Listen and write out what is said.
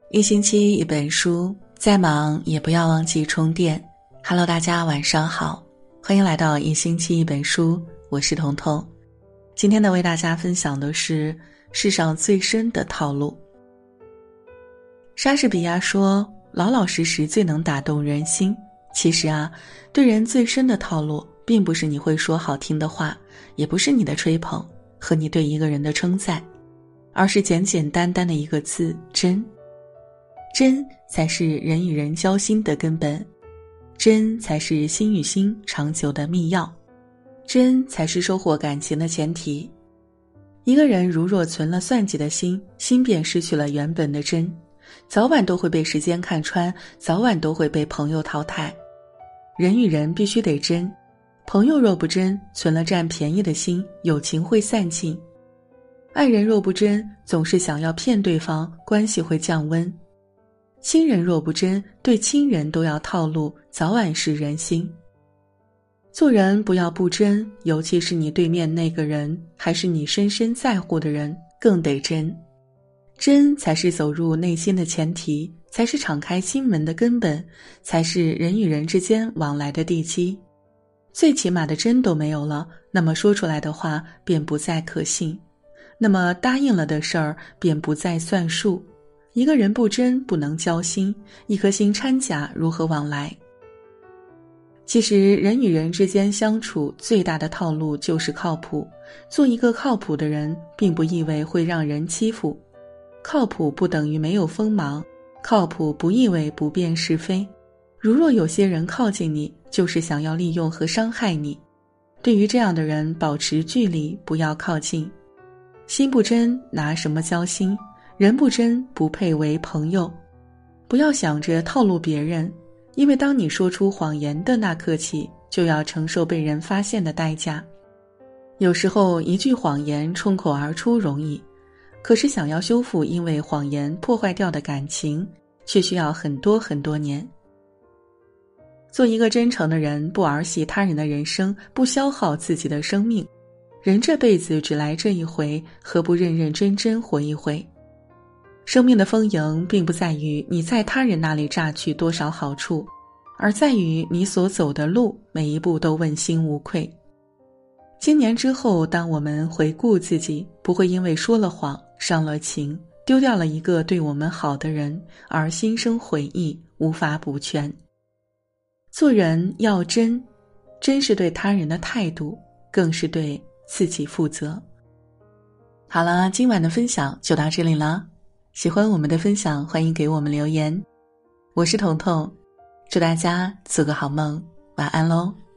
一星期一本书，再忙也不要忘记充电。Hello， 大家晚上好，欢迎来到一星期一本书，我是彤彤。今天呢，为大家分享的是世上最深的套路。莎士比亚说，老老实实最能打动人心。其实啊，对人最深的套路，并不是你会说好听的话，也不是你的吹捧和你对一个人的称赞，而是简简单单的一个字：真。真才是人与人交心的根本，真才是心与心长久的密钥，真才是收获感情的前提。一个人如若存了算计的心，心便失去了原本的真，早晚都会被时间看穿，早晚都会被朋友淘汰。人与人必须得真，朋友若不真，存了占便宜的心，友情会散尽。爱人若不真，总是想要骗对方，关系会降温。亲人若不真，对亲人都要套路，早晚是人心。做人不要不真，尤其是你对面那个人，还是你深深在乎的人，更得真。真才是走入内心的前提，才是敞开心门的根本，才是人与人之间往来的地基。最起码的真都没有了，那么说出来的话便不再可信，那么答应了的事儿便不再算数。一个人不真不能交心，一颗心掺假如何往来？其实人与人之间相处最大的套路就是靠谱。做一个靠谱的人，并不意味会让人欺负。靠谱不等于没有锋芒，靠谱不意味不辨是非。如若有些人靠近你，就是想要利用和伤害你。对于这样的人，保持距离，不要靠近。心不真，拿什么交心？人不真，不配为朋友。不要想着套路别人，因为当你说出谎言的那刻起，就要承受被人发现的代价。有时候一句谎言冲口而出容易，可是想要修复因为谎言破坏掉的感情，却需要很多很多年。做一个真诚的人，不儿戏他人的人生，不消耗自己的生命。人这辈子只来这一回，何不认认真真活一回？生命的丰盈并不在于你在他人那里榨取多少好处，而在于你所走的路每一步都问心无愧。今年之后，当我们回顾自己，不会因为说了谎，伤了情，丢掉了一个对我们好的人，而心生悔意，无法补全。做人要真，真是对他人的态度，更是对自己负责。好了，今晚的分享就到这里了。喜欢我们的分享，欢迎给我们留言。我是彤彤，祝大家做个好梦，晚安喽。